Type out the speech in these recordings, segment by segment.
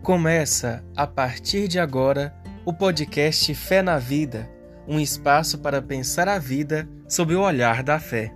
Começa, a partir de agora, o podcast Fé na Vida, um espaço para pensar a vida sob o olhar da fé.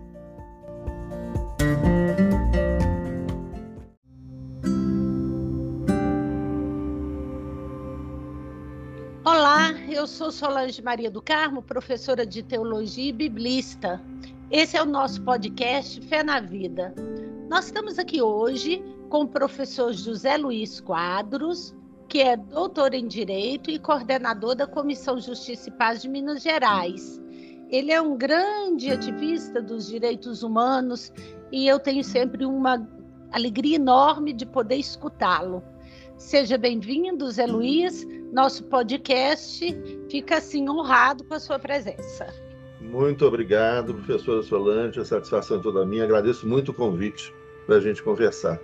Olá, eu sou Solange Maria do Carmo, professora de Teologia e biblista. Esse é o nosso podcast Fé na Vida. Nós estamos aqui hoje com o professor José Luiz Quadros, que é doutor em Direito e coordenador da Comissão Justiça e Paz de Minas Gerais. Ele é um grande ativista dos direitos humanos e eu tenho sempre uma alegria enorme de poder escutá-lo. Seja bem-vindo, Zé Luiz. Nosso podcast fica assim honrado com a sua presença. Muito obrigado, professora Solange. A satisfação é toda minha. Agradeço muito o convite para a gente conversar.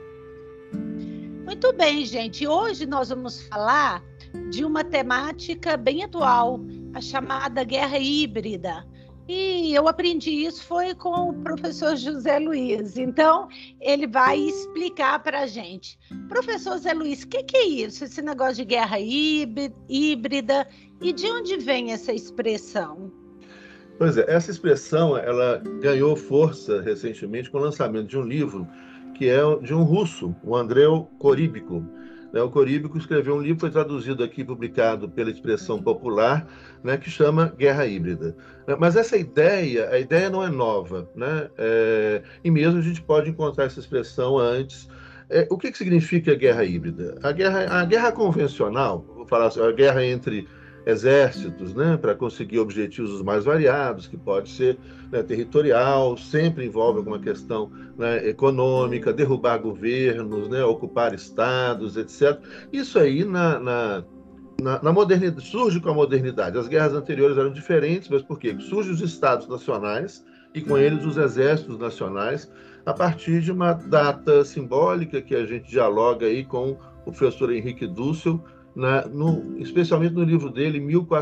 Muito bem, gente. Hoje nós vamos falar de uma temática bem atual, a chamada guerra híbrida. E eu aprendi isso foi com o professor José Luiz. Então, ele vai explicar para a gente. Professor José Luiz, o que é isso? Esse negócio de guerra híbrida? E de onde vem essa expressão? Pois é, essa expressão ela ganhou força recentemente com o lançamento de um livro que é de um russo, o Andrei Koríbiko. O Koríbiko escreveu um livro, foi traduzido aqui, publicado pela Expressão Popular, que chama Guerra Híbrida. Mas essa ideia, a ideia não é nova, e mesmo a gente pode encontrar essa expressão antes. O que significa guerra híbrida? A guerra convencional, vou falar assim, a guerra entre exércitos, para conseguir objetivos os mais variados, que pode ser territorial, sempre envolve alguma questão econômica, derrubar governos, ocupar estados, etc. Isso aí na modernidade, surge com a modernidade. As guerras anteriores eram diferentes, mas por quê? Surgem os estados nacionais e com eles os exércitos nacionais, a partir de uma data simbólica que a gente dialoga aí com o professor Henrique Dussel, especialmente no livro dele,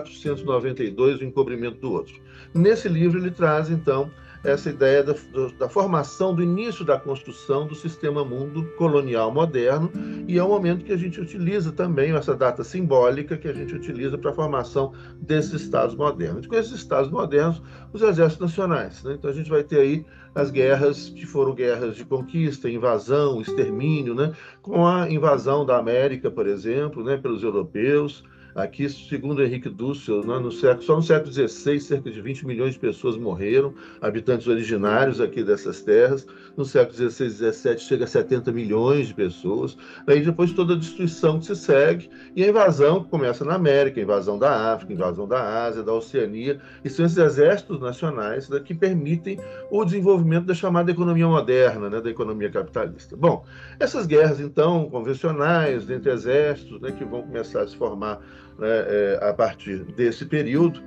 1492, O Encobrimento do Outro. Nesse livro ele traz, então, essa ideia da formação, do início da construção do sistema mundo colonial moderno, e é um momento que a gente utiliza também, essa data simbólica que a gente utiliza para a formação desses estados modernos. Com esses estados modernos, os exércitos nacionais. Então a gente vai ter aí as guerras que foram guerras de conquista, invasão, extermínio, com a invasão da América, por exemplo, pelos europeus. Aqui, segundo Henrique Dussel, só no século XVI, cerca de 20 milhões de pessoas morreram, habitantes originários aqui dessas terras. No século XVI e XVII, chega a 70 milhões de pessoas. Aí depois toda a destruição que se segue, e a invasão que começa na América, a invasão da África, a invasão da Ásia, da Oceania, e são esses exércitos nacionais que permitem o desenvolvimento da chamada economia moderna, da economia capitalista. Bom, essas guerras, então, convencionais, entre exércitos, que vão começar a se formar a partir desse período,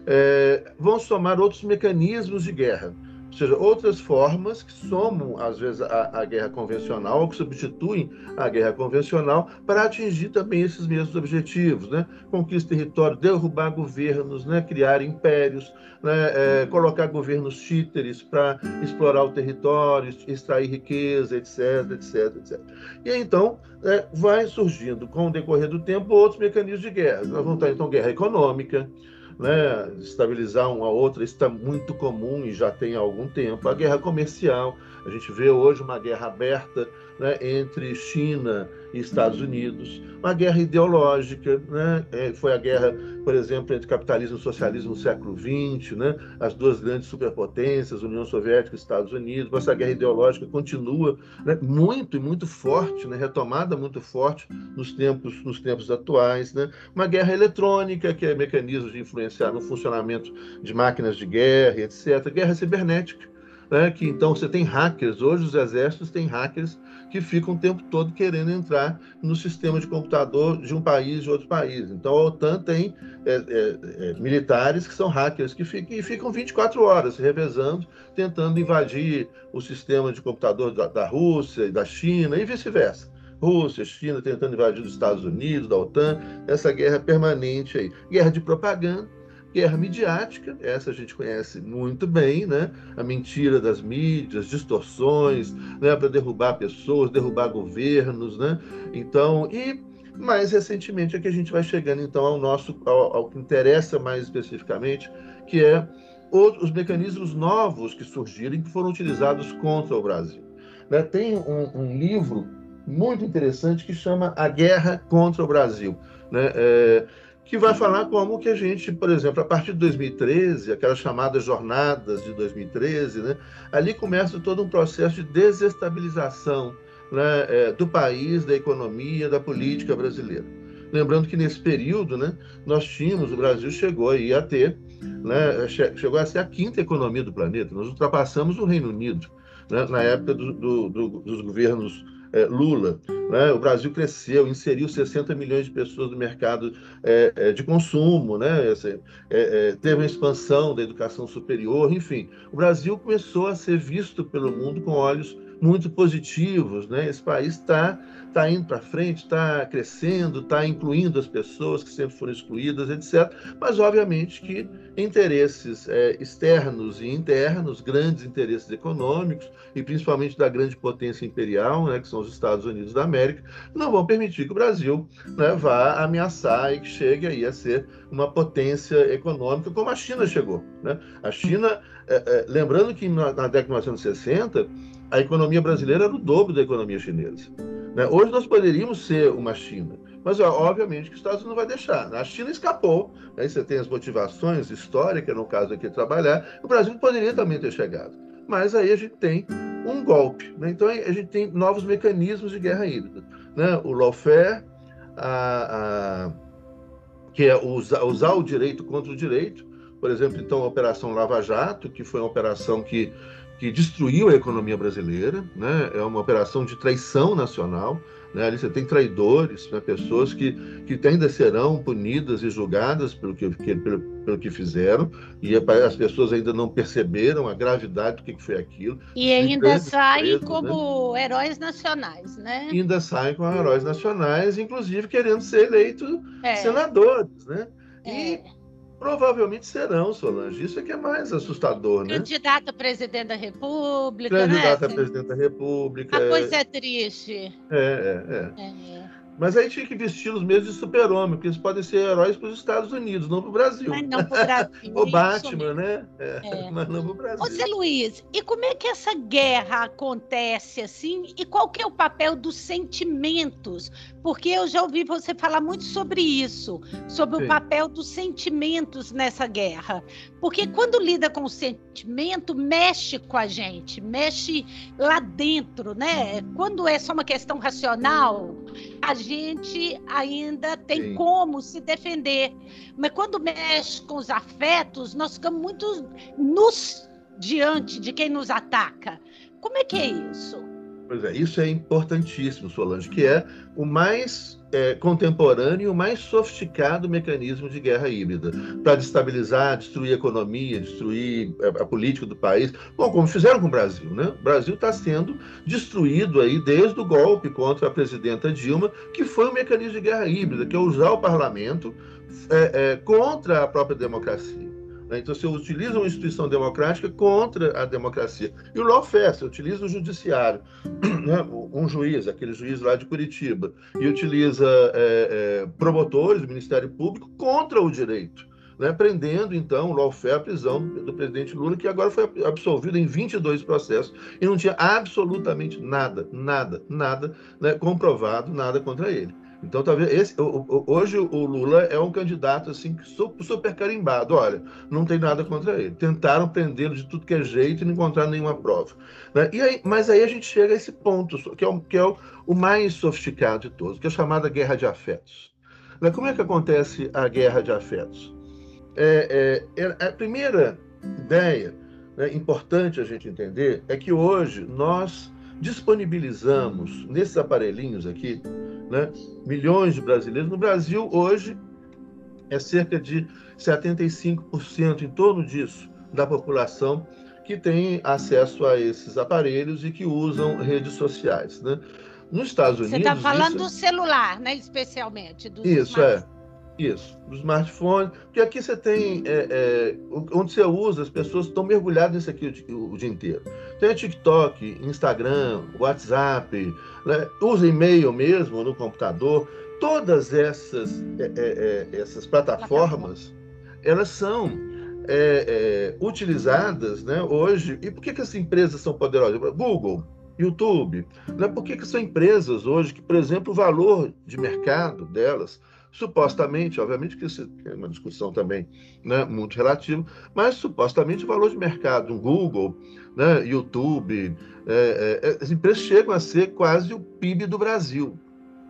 vão somar outros mecanismos de guerra, ou seja, outras formas que somam, às vezes, a guerra convencional, ou que substituem a guerra convencional, para atingir também esses mesmos objetivos, conquista de território, derrubar governos, criar impérios, colocar governos títeres para explorar o território, extrair riqueza, etc, etc, etc. E aí, então, vai surgindo, com o decorrer do tempo, outros mecanismos de guerra. Nós vamos ter, então, guerra econômica, estabilizar uma outra, isso está muito comum e já tem há algum tempo. A guerra comercial, a gente vê hoje uma guerra aberta entre China e Estados Unidos. Uma guerra ideológica, foi a guerra, por exemplo, entre capitalismo e socialismo no século XX, as duas grandes superpotências, União Soviética e Estados Unidos. Essa guerra ideológica continua muito e muito forte, retomada muito forte nos tempos atuais. Uma guerra eletrônica, que é mecanismo de influenciar no funcionamento de máquinas de guerra, etc. Guerra cibernética, que então você tem hackers. Hoje os exércitos têm hackers que ficam o tempo todo querendo entrar no sistema de computador de um país, de outro país. Então a OTAN tem militares que são hackers que ficam 24 horas se revezando, tentando invadir o sistema de computador da Rússia e da China e vice-versa. Rússia, China tentando invadir os Estados Unidos, da OTAN, essa guerra permanente aí. Guerra de propaganda, guerra midiática, essa a gente conhece muito bem, a mentira das mídias, distorções, para derrubar pessoas, derrubar governos, Então, e Mais recentemente é que a gente vai chegando, então, ao que interessa mais especificamente, que é os mecanismos novos que surgiram e que foram utilizados contra o Brasil. Né? Tem um livro muito interessante que chama A Guerra contra o Brasil, né? Que vai falar como que a gente, por exemplo, a partir de 2013, aquelas chamadas jornadas de 2013, né? Ali começa todo um processo de desestabilização, né, do país, da economia, da política brasileira. Lembrando que nesse período, né, o Brasil chegou aí a ter, né, chegou a ser a quinta economia do planeta. Nós ultrapassamos o Reino Unido, né, na época dos governos Lula. Né? O Brasil cresceu, inseriu 60 milhões de pessoas no mercado de consumo, né? Teve uma expansão da educação superior, enfim. O Brasil começou a ser visto pelo mundo com olhos muito positivos, né? Esse país está indo para frente, está crescendo, está incluindo as pessoas que sempre foram excluídas, etc. Mas, obviamente, que interesses externos e internos, grandes interesses econômicos, e principalmente da grande potência imperial, né, que são os Estados Unidos da América, não vão permitir que o Brasil, né, vá ameaçar e que chegue aí a ser uma potência econômica, como a China chegou. Né? A China, lembrando que na década de 1960, a economia brasileira era o dobro da economia chinesa. Né? Hoje nós poderíamos ser uma China, mas obviamente que os Estados Unidos não vai deixar. A China escapou, aí você tem as motivações históricas, no caso aqui, trabalhar, o Brasil poderia também ter chegado. Mas aí a gente tem um golpe. Né? Então a gente tem novos mecanismos de guerra híbrida. Né? O lawfare, que é usar o direito contra o direito. Por exemplo, então, a Operação Lava Jato, que foi uma operação que destruiu a economia brasileira, né? É uma operação de traição nacional. Né? Ali você tem traidores, né? Pessoas que ainda serão punidas e julgadas pelo que fizeram, e as pessoas ainda não perceberam a gravidade do que foi aquilo. E ainda saem como, né? Heróis nacionais, né? E ainda saem como heróis nacionais, inclusive querendo ser eleitos senadores, né? E provavelmente serão, Solange. Isso é que é mais assustador, né? Candidato a presidente da República, Candidato né? a presidente da República. A coisa é triste. Mas aí tinha que vesti-los mesmo de super-homem, porque eles podem ser heróis para os Estados Unidos, não para o Brasil. Mas não para o Brasil. O Batman, né? Mas não para o Brasil. Ô, Zé Luiz, e como é que essa guerra acontece assim? E qual que é o papel dos sentimentos? Porque eu já ouvi você falar muito sobre isso, sobre o papel dos sentimentos nessa guerra. Porque quando lida com o sentimento, mexe com a gente, mexe lá dentro, né? Quando é só uma questão racional, a gente ainda tem como se defender. Mas quando mexe com os afetos, nós ficamos muito nus diante de quem nos ataca. Como é que é isso? Pois é, isso é importantíssimo, Solange, que é o mais contemporâneo e o mais sofisticado mecanismo de guerra híbrida, para destabilizar, destruir a economia, destruir a política do país. Bom, como fizeram com o Brasil, né? O Brasil está sendo destruído aí desde o golpe contra a presidenta Dilma, que foi um mecanismo de guerra híbrida, que é usar o parlamento contra a própria democracia. Então, você utiliza uma instituição democrática contra a democracia. E o lawfare, você utiliza o judiciário, né? Um juiz, aquele juiz lá de Curitiba, e utiliza promotores do Ministério Público contra o direito, né? Prendendo, então, o lawfare, a prisão do presidente Lula, que agora foi absolvido em 22 processos, e não tinha absolutamente nada, né, comprovado, nada contra ele. Então, talvez hoje o Lula é um candidato assim super carimbado. Olha, não tem nada contra ele. Tentaram prendê-lo de tudo que é jeito e não encontraram nenhuma prova. Né? Mas aí a gente chega a esse ponto, que é o mais sofisticado de todos, que é a chamada guerra de afetos. Né? Como é que acontece a guerra de afetos? A primeira ideia, né, importante a gente entender é que hoje nós disponibilizamos nesses aparelhinhos aqui, né, milhões de brasileiros. No Brasil, hoje, é cerca de 75%, em torno disso, da população que tem acesso a esses aparelhos e que usam redes sociais. Né? Nos Estados Unidos... Você está falando do celular, né, especialmente? Isso, do smartphone, porque aqui você tem, onde você usa, as pessoas estão mergulhadas nisso aqui o dia inteiro. Tem TikTok, Instagram, WhatsApp, né? Usa e-mail mesmo no computador, todas essas plataformas, elas são utilizadas, né, hoje. E por que as empresas são poderosas? Google, YouTube, né? Por que são empresas hoje que, por exemplo, o valor de mercado delas, supostamente, obviamente que isso é uma discussão também, né, muito relativa, mas supostamente o valor de mercado do Google, né, YouTube, as empresas chegam a ser quase o PIB do Brasil.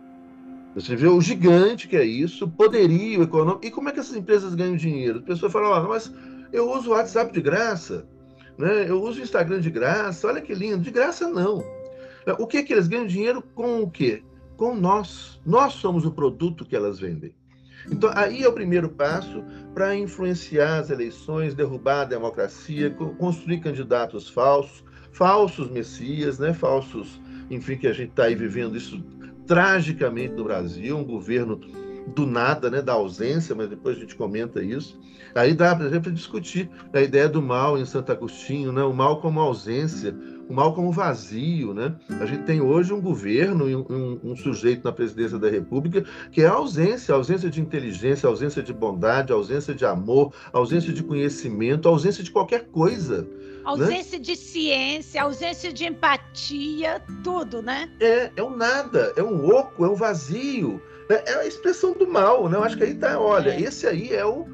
Você vê o gigante que é isso, o poderio econômico. E como é que essas empresas ganham dinheiro? As pessoas falam, mas eu uso o WhatsApp de graça, né? Eu uso o Instagram de graça, olha que lindo. De graça, não. O que eles ganham dinheiro com o quê? Com nós. Nós somos o produto que elas vendem. Então, aí é o primeiro passo para influenciar as eleições, derrubar a democracia, construir candidatos falsos messias, né? Falsos, enfim, que a gente está aí vivendo isso tragicamente no Brasil, um governo do nada, né, da ausência, mas depois a gente comenta isso. Aí dá, por exemplo, discutir a ideia do mal em Santo Agostinho, né, o mal como ausência, o mal como vazio, né? A gente tem hoje um governo e um sujeito na presidência da República que é a ausência de inteligência, a ausência de bondade, a ausência de amor, a ausência de conhecimento, a ausência de qualquer coisa. Ausência, né, de ciência, ausência de empatia, tudo, né? É um nada, é um oco, é um vazio, né? É a expressão do mal, né? Eu acho que aí tá, olha, esse aí é o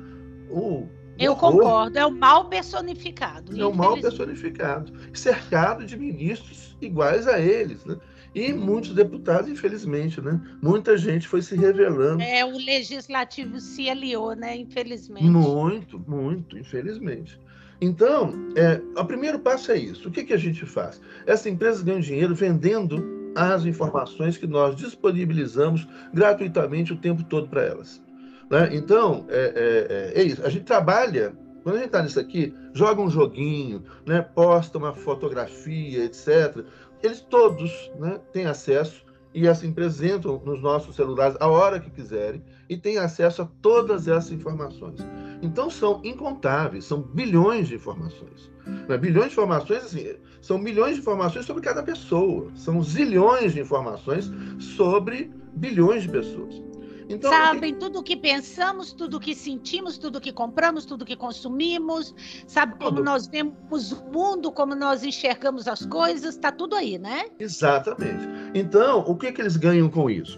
eu concordo, é o mal personificado. É o mal personificado, cercado de ministros iguais a eles, né? E muitos deputados, infelizmente, né? Muita gente foi se revelando. O legislativo se aliou, né? Infelizmente. Muito, infelizmente. Então, o primeiro passo é isso. O que a gente faz? Essas empresas ganham dinheiro vendendo as informações que nós disponibilizamos gratuitamente o tempo todo para elas. Né? Então, é isso. A gente trabalha, quando a gente está nisso aqui, joga um joguinho, né? Posta uma fotografia, etc. Eles todos, né, têm acesso, e as empresas entram nos nossos celulares a hora que quiserem e têm acesso a todas essas informações. Então, são incontáveis, são bilhões de informações. Né? Bilhões de informações, assim, são milhões de informações sobre cada pessoa, são zilhões de informações sobre bilhões de pessoas. Então, sabem tudo o que pensamos, tudo o que sentimos, tudo o que compramos, tudo o que consumimos, sabe como nós vemos o mundo, como nós enxergamos as coisas, está tudo aí, né? Exatamente. Então, o que eles ganham com isso?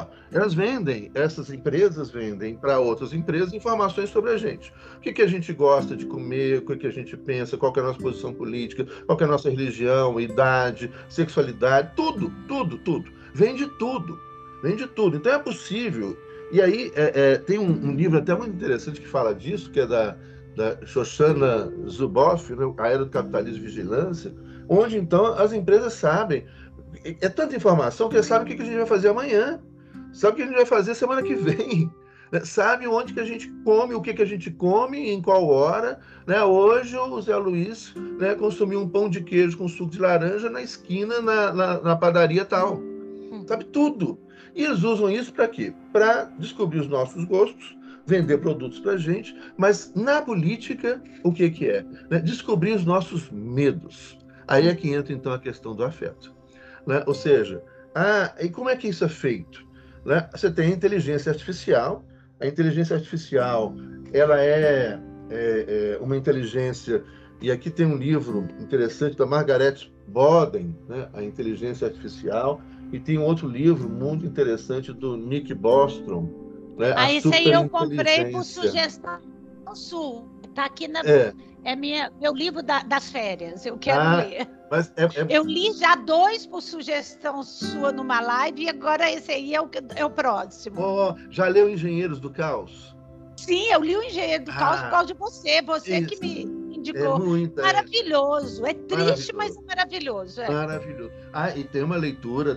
Essas empresas vendem para outras empresas informações sobre a gente. O que a gente gosta de comer, o que a gente pensa, qual que é a nossa posição política, qual que é a nossa religião, idade, sexualidade, tudo. Vende tudo. Então é possível. E aí tem um livro até muito interessante que fala disso, que é da Shoshana Zuboff, né? A Era do Capitalismo e Vigilância, onde então as empresas sabem. É tanta informação que eles sabem o que a gente vai fazer amanhã, sabe o que a gente vai fazer semana que vem, né? Sabe onde que a gente come, o que a gente come, em qual hora. Né? Hoje o Zé Luiz, né, consumiu um pão de queijo com suco de laranja na esquina, na padaria tal. Sabe tudo. E eles usam isso para quê? Para descobrir os nossos gostos, vender produtos para a gente, mas na política, o que é? Né? Descobrir os nossos medos. Aí é que entra, então, a questão do afeto. Né? Ou seja, e como é que isso é feito? Né? Você tem a inteligência artificial. A inteligência artificial, ela é uma inteligência... E aqui tem um livro interessante da Margaret Boden, né? A Inteligência Artificial. E tem um outro livro muito interessante do Nick Bostrom. Né? Esse aí eu comprei por sugestão sua. Está aqui meu livro das férias. Eu quero ler. Eu li já 2 por sugestão sua numa live e agora esse aí é o próximo. Já leu Engenheiros do Caos? Sim, eu li o Engenheiro do Caos por causa de você. Você isso. Que me indicou. Maravilhoso. É triste, mas é maravilhoso. Maravilhoso. E tem uma leitura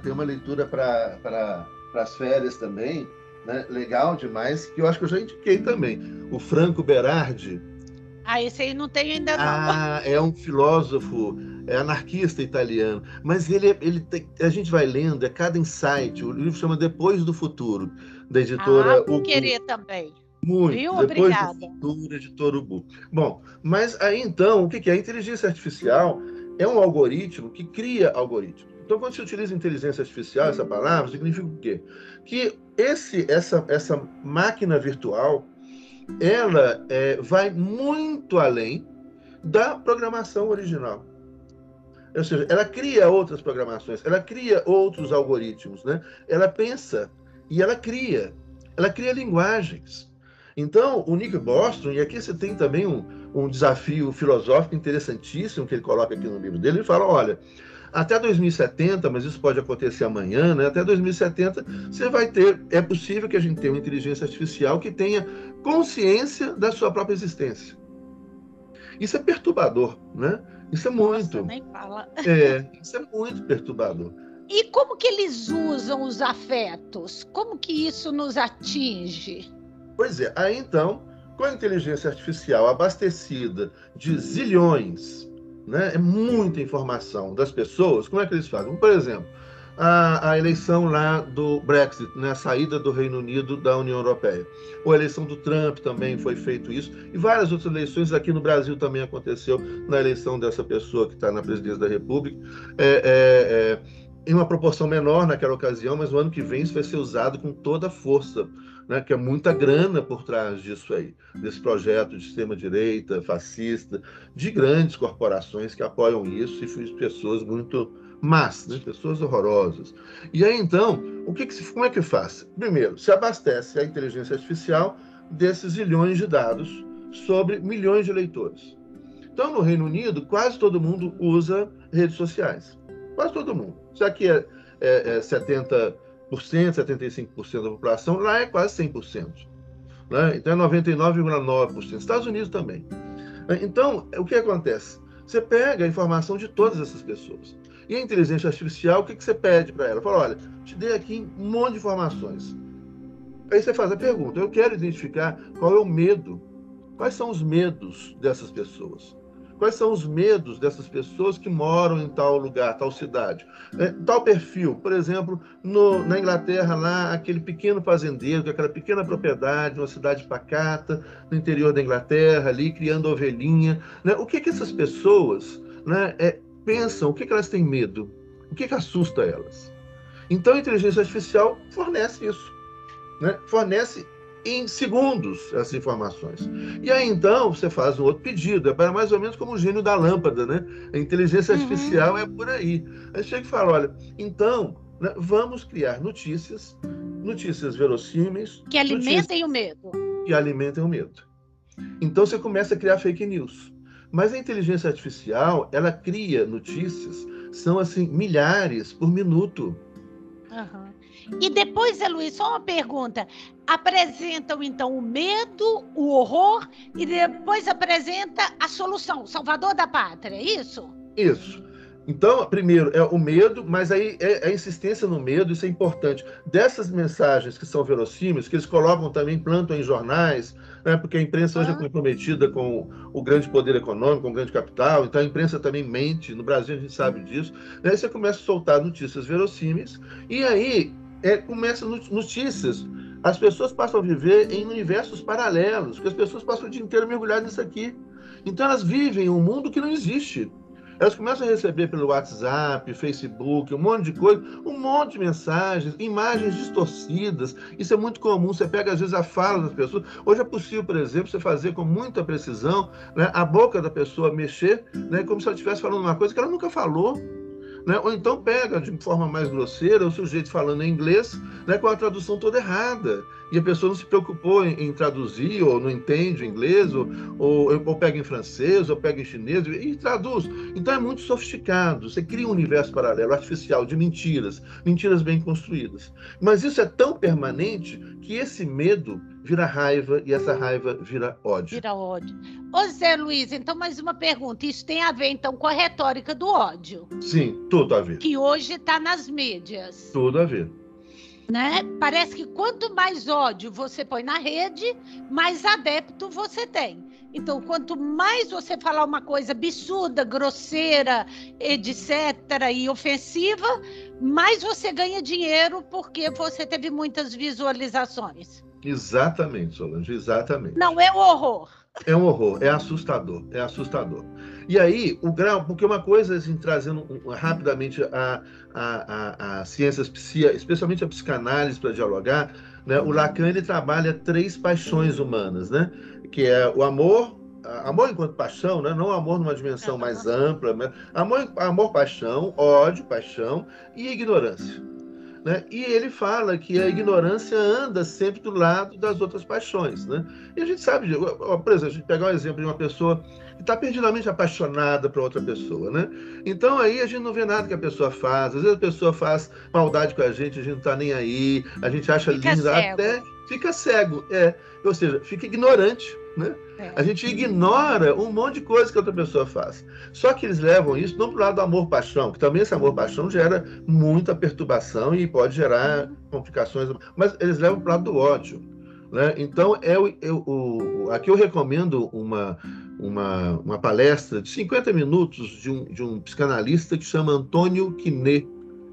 para as férias também, né? Legal demais, que eu acho que eu já indiquei também. O Franco Berardi. Esse aí não tem ainda não. É um filósofo, anarquista italiano. Mas a gente vai lendo, cada insight. O livro chama Depois do Futuro, da editora... vou querer também. Muito. Viu? Depois Obrigada. do Futuro, editora Ubu. Bom, mas aí então, o que é? A inteligência artificial é um algoritmo que cria algoritmos. Então, quando se utiliza inteligência artificial, essa palavra, significa o quê? Que essa máquina virtual, ela vai muito além da programação original. Ou seja, ela cria outras programações, ela cria outros algoritmos, né? Ela pensa e ela cria linguagens. Então, o Nick Bostrom, e aqui você tem também um desafio filosófico interessantíssimo que ele coloca aqui no livro dele, ele fala, olha, até 2070, mas isso pode acontecer amanhã, né? Até 2070, você vai ter, é possível que a gente tenha uma inteligência artificial que tenha consciência da sua própria existência. Isso é perturbador, né? Isso é muito. Nossa, nem fala. Isso é muito perturbador. E como que eles usam os afetos? Como que isso nos atinge? Pois é, aí então, com a inteligência artificial abastecida de zilhões, né? É muita informação das pessoas, como é que eles fazem? Por exemplo, a eleição lá do Brexit, né? A saída do Reino Unido da União Europeia. Ou a eleição do Trump também foi feito isso. E várias outras eleições aqui no Brasil também aconteceu na eleição dessa pessoa que está na presidência da República. Em uma proporção menor naquela ocasião, mas no ano que vem isso vai ser usado com toda a força, né? Que é muita grana por trás disso aí, desse projeto de extrema-direita, fascista, de grandes corporações que apoiam isso e pessoas muito más, né? Pessoas horrorosas. E aí, então, como é que faz? Primeiro, se abastece a inteligência artificial desses zilhões de dados sobre milhões de eleitores. Então, no Reino Unido, quase todo mundo usa redes sociais. Quase todo mundo. Isso aqui é 70%, 75% da população, lá é quase 100%. Né? Então, é 99,9%. Estados Unidos também. Então, o que acontece? Você pega a informação de todas essas pessoas. E a inteligência artificial, o que você pede para ela? Fala, olha, te dei aqui um monte de informações. Aí você faz a pergunta, eu quero identificar qual é o medo, quais são os medos dessas pessoas. Quais são os medos dessas pessoas que moram em tal lugar, tal cidade? Tal perfil, por exemplo, na Inglaterra, lá, aquele pequeno fazendeiro, com aquela pequena propriedade, uma cidade pacata, no interior da Inglaterra, ali, criando ovelhinha. Né? O que essas pessoas, né, pensam, o que elas têm medo? O que assusta elas? Então, a inteligência artificial fornece isso. Né? Fornece em segundos essas informações. E aí, então, você faz um outro pedido. É mais ou menos como o gênio da lâmpada, né? A inteligência artificial é por aí. Aí chega e fala, olha, então, né, vamos criar notícias verossímeis... Que alimentem o medo. Que alimentem o medo. Então, você começa a criar fake news. Mas a inteligência artificial, ela cria notícias, são assim, milhares por minuto. Uhum. E depois, Zé Luiz, só uma pergunta. Apresentam, então, o medo, o horror, e depois apresenta a solução, o salvador da pátria, é isso? Isso. Então, primeiro é o medo, mas aí é a insistência no medo, isso é importante. Dessas mensagens que são verossímeis, que eles colocam também, plantam em jornais, né, porque a imprensa hoje é comprometida com o grande poder econômico, com o grande capital, então a imprensa também mente, no Brasil a gente sabe disso. Aí você começa a soltar notícias verossímeis, e aí começam notícias. As pessoas passam a viver em universos paralelos, porque as pessoas passam o dia inteiro mergulhadas nisso aqui. Então elas vivem um mundo que não existe. Elas começam a receber pelo WhatsApp, Facebook, um monte de coisa, um monte de mensagens, imagens distorcidas. Isso é muito comum. Você pega, às vezes, a fala das pessoas. Hoje é possível, por exemplo, você fazer com muita precisão, né, a boca da pessoa mexer, né, como se ela estivesse falando uma coisa que ela nunca falou. Né? Ou então pega de forma mais grosseira o sujeito falando em inglês, né, com a tradução toda errada. E a pessoa não se preocupou em traduzir, ou não entende o inglês, ou pega em francês, ou pega em chinês, e traduz. Então é muito sofisticado. Você cria um universo paralelo, artificial, de mentiras bem construídas. Mas isso é tão permanente que esse medo vira raiva, e essa raiva vira ódio. Vira ódio. Ô Zé Luiz, então mais uma pergunta. Isso tem a ver, então, com a retórica do ódio? Sim, tudo a ver. Que hoje está nas mídias. Tudo a ver. Né? Parece que quanto mais ódio você põe na rede, mais adepto você tem. Então, quanto mais você falar uma coisa absurda, grosseira, etc., e ofensiva, mais você ganha dinheiro porque você teve muitas visualizações. Exatamente, Solange, exatamente. Não é o horror. É um horror, é assustador, é assustador. E aí, o grau, porque uma coisa, assim, trazendo rapidamente a ciências, especialmente a psicanálise para dialogar, né? O Lacan ele trabalha 3 paixões humanas, né? Que é o amor, amor enquanto paixão, né? Não amor numa dimensão mais ampla, né? Amor, paixão, ódio, paixão e ignorância. Né? E ele fala que a ignorância anda sempre do lado das outras paixões. Né? E a gente sabe, por exemplo, a gente pegar um exemplo de uma pessoa que está perdidamente apaixonada por outra pessoa. Né? Então aí a gente não vê nada que a pessoa faz. Às vezes a pessoa faz maldade com a gente não está nem aí, a gente acha linda, até fica cego. Ou seja, fica ignorante. Né? A gente ignora um monte de coisa que a outra pessoa faz. Só que eles levam isso não para o lado do amor-paixão, que também esse amor-paixão gera muita perturbação e pode gerar complicações, mas eles levam para o lado do ódio. Né? Então, aqui eu recomendo uma palestra de 50 minutos de um psicanalista que chama Antônio Quinet,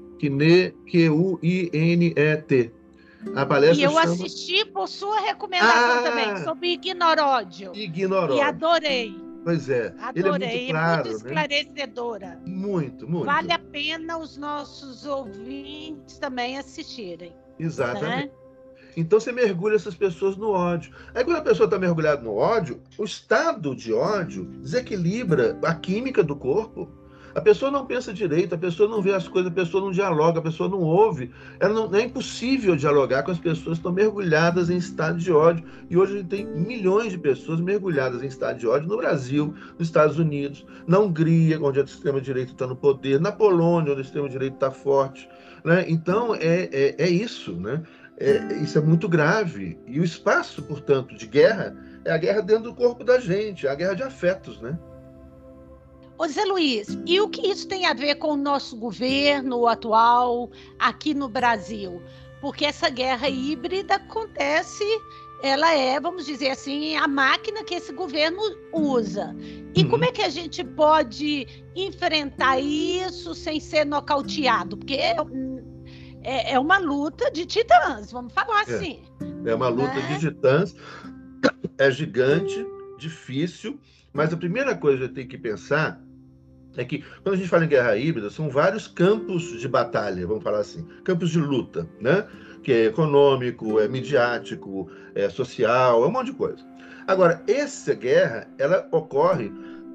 Q-U-I-N-E-T. A palestra eu assisti por sua recomendação também, sobre ignoródio. E adorei. Pois é. Adorei. Ele é muito claro, muito esclarecedora. Né? Muito, muito. Vale a pena os nossos ouvintes também assistirem. Exatamente. Né? Então você mergulha essas pessoas no ódio. Aí quando a pessoa está mergulhada no ódio, o estado de ódio desequilibra a química do corpo. A pessoa não pensa direito, a pessoa não vê as coisas, a pessoa não dialoga, a pessoa não ouve. É impossível dialogar com as pessoas que estão mergulhadas em estado de ódio. E hoje a gente tem milhões de pessoas mergulhadas em estado de ódio no Brasil, nos Estados Unidos, na Hungria, onde a extrema-direita está no poder, na Polônia, onde a extrema-direita está forte. Né? Então, é isso. Né? Isso é muito grave. E o espaço, portanto, de guerra é a guerra dentro do corpo da gente, é a guerra de afetos, né? Ô Zé Luiz, e o que isso tem a ver com o nosso governo atual aqui no Brasil? Porque essa guerra híbrida acontece, ela é, vamos dizer assim, a máquina que esse governo usa. E como é que a gente pode enfrentar isso sem ser nocauteado? Porque é uma luta de titãs, vamos falar assim. É uma luta de titãs, é gigante, difícil, mas a primeira coisa que a gente tem que pensar é que, quando a gente fala em guerra híbrida, são vários campos de batalha, vamos falar assim, campos de luta, né? Que é econômico, é midiático, é social, é um monte de coisa. Agora, essa guerra, ela ocorre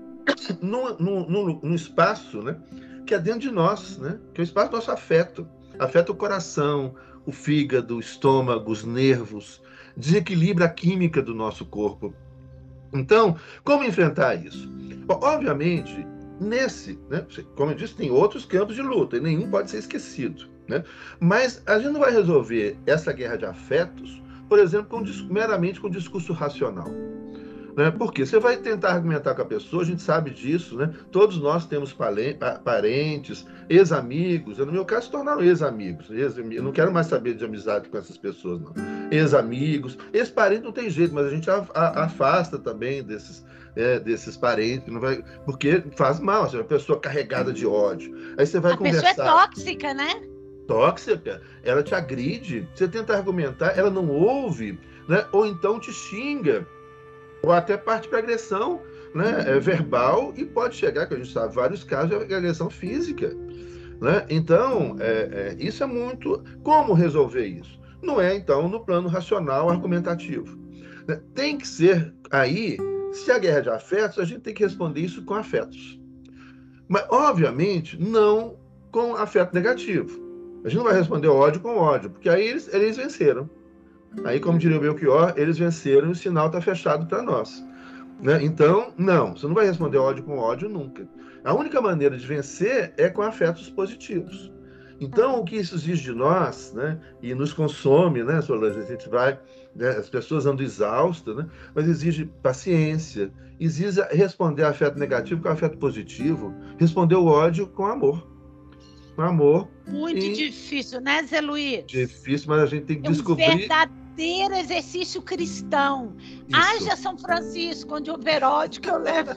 num espaço, né, que é dentro de nós, né? Que é o espaço do nosso afeto. Afeta o coração, o fígado, o estômago, os nervos, desequilibra a química do nosso corpo. Então, como enfrentar isso? Bom, obviamente, né, como eu disse, tem outros campos de luta e nenhum pode ser esquecido. Né? Mas a gente não vai resolver essa guerra de afetos, por exemplo, meramente com discurso racional. Né? Porque você vai tentar argumentar com a pessoa, a gente sabe disso, né? Todos nós temos parentes, ex-amigos, no meu caso se tornaram ex-amigos. Eu não quero mais saber de amizade com essas pessoas, não. Ex-amigos, ex-parentes não tem jeito, mas a gente afasta também desses parentes, não vai, porque faz mal, assim, uma pessoa carregada de ódio. Aí você vai conversar. A pessoa é tóxica, né? Tóxica, ela te agride, você tenta argumentar, ela não ouve, né? Ou então te xinga. Ou até parte para agressão, né, verbal, e pode chegar, que a gente sabe, vários casos de agressão física. Né? Então, isso é muito... Como resolver isso? Não é, então, no plano racional, argumentativo. Né? Tem que ser aí, se a guerra de afetos, a gente tem que responder isso com afetos. Mas, obviamente, não com afeto negativo. A gente não vai responder ódio com ódio, porque aí eles venceram. Aí, como diria o Belchior, eles venceram e o sinal está fechado para nós. Né? Então, não, você não vai responder ódio com ódio nunca. A única maneira de vencer é com afetos positivos. Então, o que isso exige de nós, né, e nos consome, né, Solange, a gente vai, né, as pessoas andam exaustas, né, mas exige paciência, exige responder afeto negativo com afeto positivo, responder o ódio com amor. Com amor. Muito difícil, né, Zé Luiz? Difícil, mas a gente tem que descobrir... Um verdadeiro exercício cristão. Isso. Haja São Francisco, onde houver ódio, que eu leve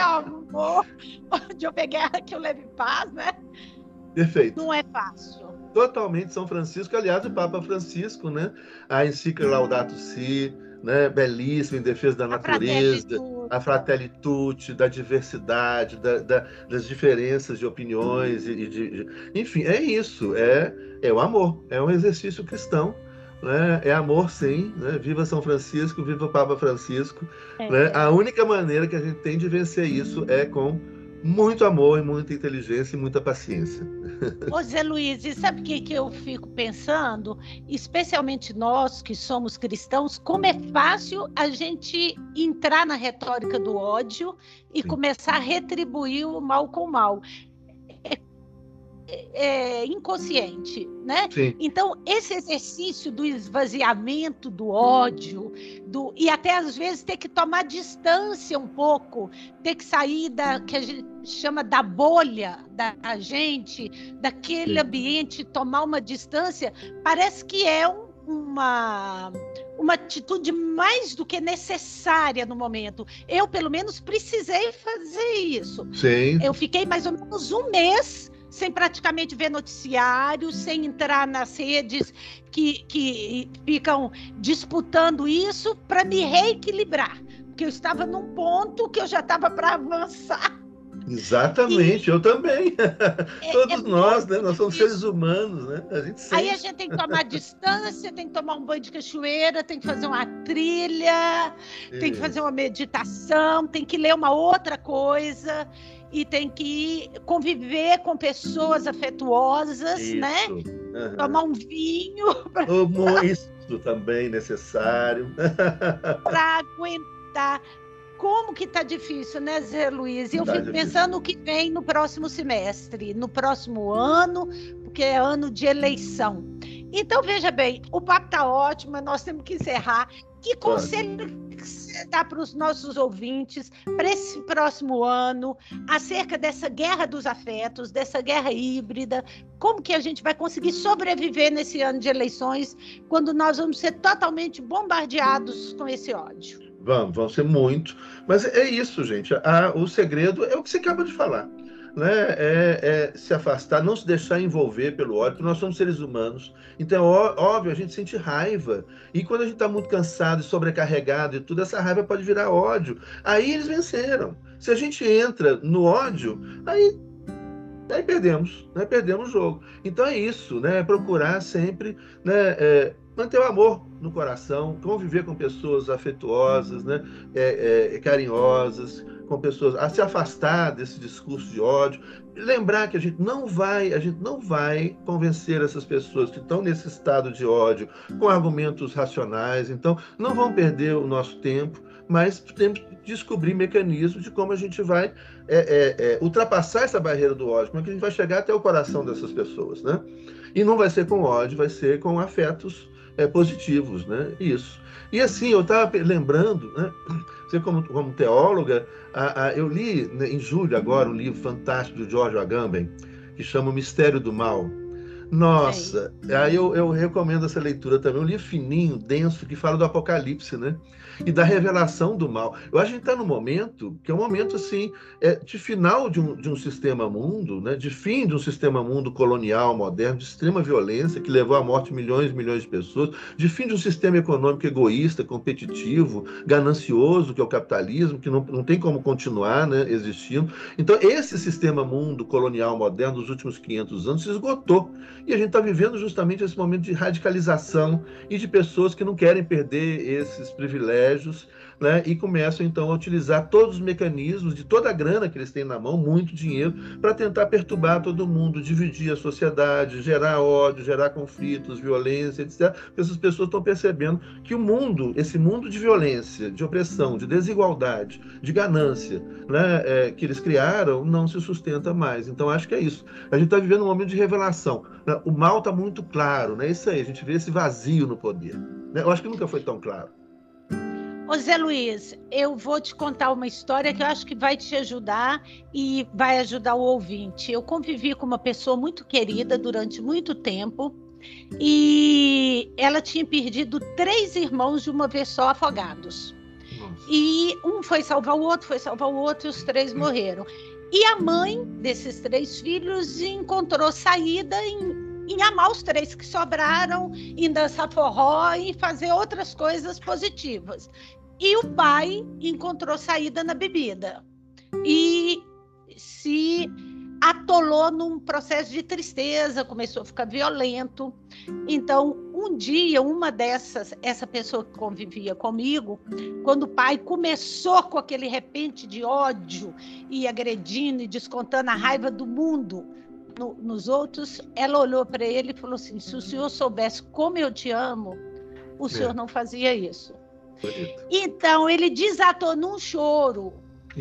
amor, onde houver guerra, que eu leve paz, né? Perfeito. Não é fácil. Totalmente São Francisco, aliás, o Papa Francisco, né? A encíclica Laudato Si, né, belíssimo, em defesa da natureza, a Fratelli Tutti, da diversidade, das diferenças de opiniões, enfim, é isso, é o amor, é um exercício cristão, né? É amor, sim, né? Viva São Francisco, viva o Papa Francisco, né? A única maneira que a gente tem de vencer isso é com muito amor e muita inteligência e muita paciência. Ô Zé Luiz, e sabe o que eu fico pensando? Especialmente nós que somos cristãos, como é fácil a gente entrar na retórica do ódio e começar a retribuir o mal com o mal. É inconsciente, né? Sim. Então, esse exercício do esvaziamento do ódio, e até às vezes ter que tomar distância um pouco, ter que sair da que a gente chama da bolha da gente, daquele ambiente, tomar uma distância, parece que é uma atitude mais do que necessária no momento. Eu, pelo menos, precisei fazer isso. Sim. Eu fiquei mais ou menos um mês sem praticamente ver noticiários, sem entrar nas redes que ficam disputando isso, para me reequilibrar, porque eu estava num ponto que eu já estava para avançar. Exatamente, eu também. Todos nós, né? Nós somos seres humanos, né? A gente sente. Aí a gente tem que tomar distância, tem que tomar um banho de cachoeira, tem que fazer uma trilha, tem que fazer uma meditação, tem que ler uma outra coisa e tem que conviver com pessoas afetuosas, isso, né? Uhum. Tomar um vinho. Isso também necessário. Para aguentar. Como que tá difícil, né, Zé Luiz? E eu fico pensando o que vem no próximo semestre, no próximo ano, porque é ano de eleição. Então, veja bem, o papo tá ótimo, mas nós temos que encerrar. Que conselho que você dá para os nossos ouvintes para esse próximo ano, acerca dessa guerra dos afetos, dessa guerra híbrida? Como que a gente vai conseguir sobreviver nesse ano de eleições, quando nós vamos ser totalmente bombardeados com esse ódio? Vamos ser muito. Mas é isso, gente. O segredo é o que você acaba de falar. Né? É se afastar, não se deixar envolver pelo ódio, porque nós somos seres humanos. Então, óbvio, a gente sente raiva. E quando a gente está muito cansado e sobrecarregado e tudo, essa raiva pode virar ódio. Aí eles venceram. Se a gente entra no ódio, aí perdemos, né? Perdemos o jogo. Então é isso, né? Procurar sempre, né? Manter o amor no coração, conviver com pessoas afetuosas, né? Carinhosas, com pessoas, a se afastar desse discurso de ódio, lembrar que a gente não vai convencer essas pessoas que estão nesse estado de ódio com argumentos racionais. Então não vão perder o nosso tempo, mas temos que descobrir mecanismos de como a gente vai ultrapassar essa barreira do ódio, como é que a gente vai chegar até o coração dessas pessoas, né? E não vai ser com ódio, vai ser com afetos positivos, né? Isso. E assim, eu estava lembrando, né? Você como teóloga, eu li, né, em julho agora um livro fantástico do George Agamben, que chama O Mistério do Mal. Nossa, aí eu recomendo essa leitura também, um livro fininho, denso, que fala do Apocalipse, né? E da revelação do mal. Eu acho que a gente está num momento, que é um momento assim, de final de um sistema mundo, né? De fim de um sistema mundo colonial, moderno, de extrema violência, que levou à morte milhões e milhões de pessoas, de fim de um sistema econômico egoísta, competitivo, ganancioso, que é o capitalismo, que não tem como continuar, né, existindo. Então, esse sistema mundo colonial moderno dos últimos 500 anos se esgotou. E a gente está vivendo justamente esse momento de radicalização e de pessoas que não querem perder esses privilégios, né? E começam então a utilizar todos os mecanismos de toda a grana que eles têm na mão, muito dinheiro, para tentar perturbar todo mundo, dividir a sociedade, gerar ódio, gerar conflitos, violência, etc. Porque essas pessoas estão percebendo que o mundo, esse mundo de violência, de opressão, de desigualdade, de ganância, né, que eles criaram, não se sustenta mais. Então acho que é isso. A gente está vivendo um momento de revelação. O mal está muito claro, né? Isso aí, a gente vê esse vazio no poder. Né? Eu acho que nunca foi tão claro. Ô Zé Luiz, eu vou te contar uma história que eu acho que vai te ajudar e vai ajudar o ouvinte. Eu convivi com uma pessoa muito querida durante muito tempo e ela tinha perdido 3 irmãos de uma vez só afogados. Nossa. E um foi salvar o outro e os 3 morreram. E a mãe desses 3 filhos encontrou saída em em amar os 3 que sobraram, em dançar forró e fazer outras coisas positivas. E o pai encontrou saída na bebida e se atolou num processo de tristeza, começou a ficar violento. Então, um dia, essa pessoa que convivia comigo, quando o pai começou com aquele repente de ódio e agredindo e descontando a raiva do mundo nos outros, ela olhou para ele e falou assim: se o senhor soubesse como eu te amo, o senhor não fazia isso. Então, ele desatou num choro,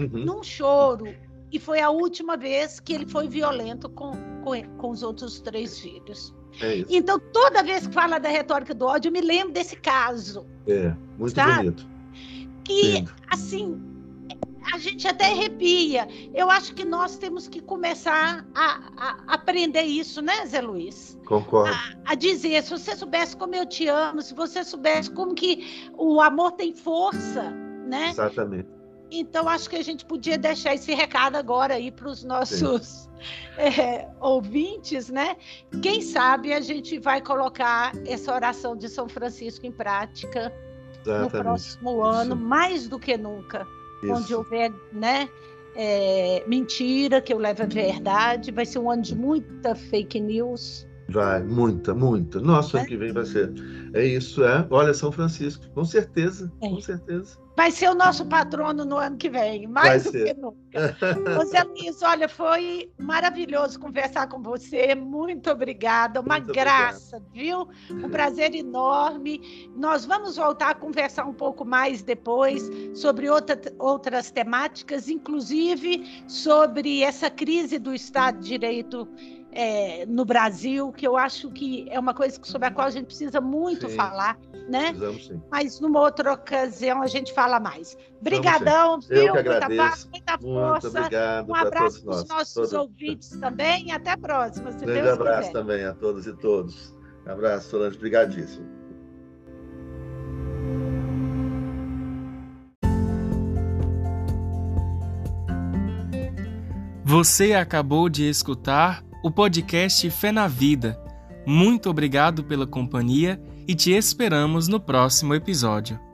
e foi a última vez que ele foi violento com os outros 3 filhos. Então, toda vez que fala da retórica do ódio, eu me lembro desse caso. Muito bonito. Que, lindo. Assim, a gente até arrepia. Eu acho que nós temos que começar a aprender isso, né, Zé Luiz? Concordo. A dizer, se você soubesse como eu te amo, se você soubesse como que o amor tem força, né? Exatamente. Então, acho que a gente podia deixar esse recado agora aí para os nossos ouvintes, né? Quem sabe a gente vai colocar essa oração de São Francisco em prática no próximo ano, mais do que nunca. Onde houver, né, mentira, que eu levo a verdade. Vai ser um ano de muita fake news. Vai, muita. Nossa, ano que vem vai ser. Olha, São Francisco, com certeza, com certeza. Vai ser o nosso patrono no ano que vem, mais do que nunca. Zé Luiz, olha, foi maravilhoso conversar com você. Muito obrigada, uma graça, viu? Um prazer enorme. Nós vamos voltar a conversar um pouco mais depois sobre outras temáticas, inclusive sobre essa crise do Estado de Direito no Brasil, que eu acho que é uma coisa sobre a qual a gente precisa muito falar, né? Precisamos, sim. Mas numa outra ocasião a gente fala mais. Obrigadão, viu? Eu que agradeço. Muita força. Muito obrigado. Um abraço para os nossos ouvintes também. Até a próxima, se Grande Deus abraço quiser. também a todas e todos. Abraço, Solange. Obrigadíssimo. Você acabou de escutar o podcast Fé na Vida. Muito obrigado pela companhia e te esperamos no próximo episódio.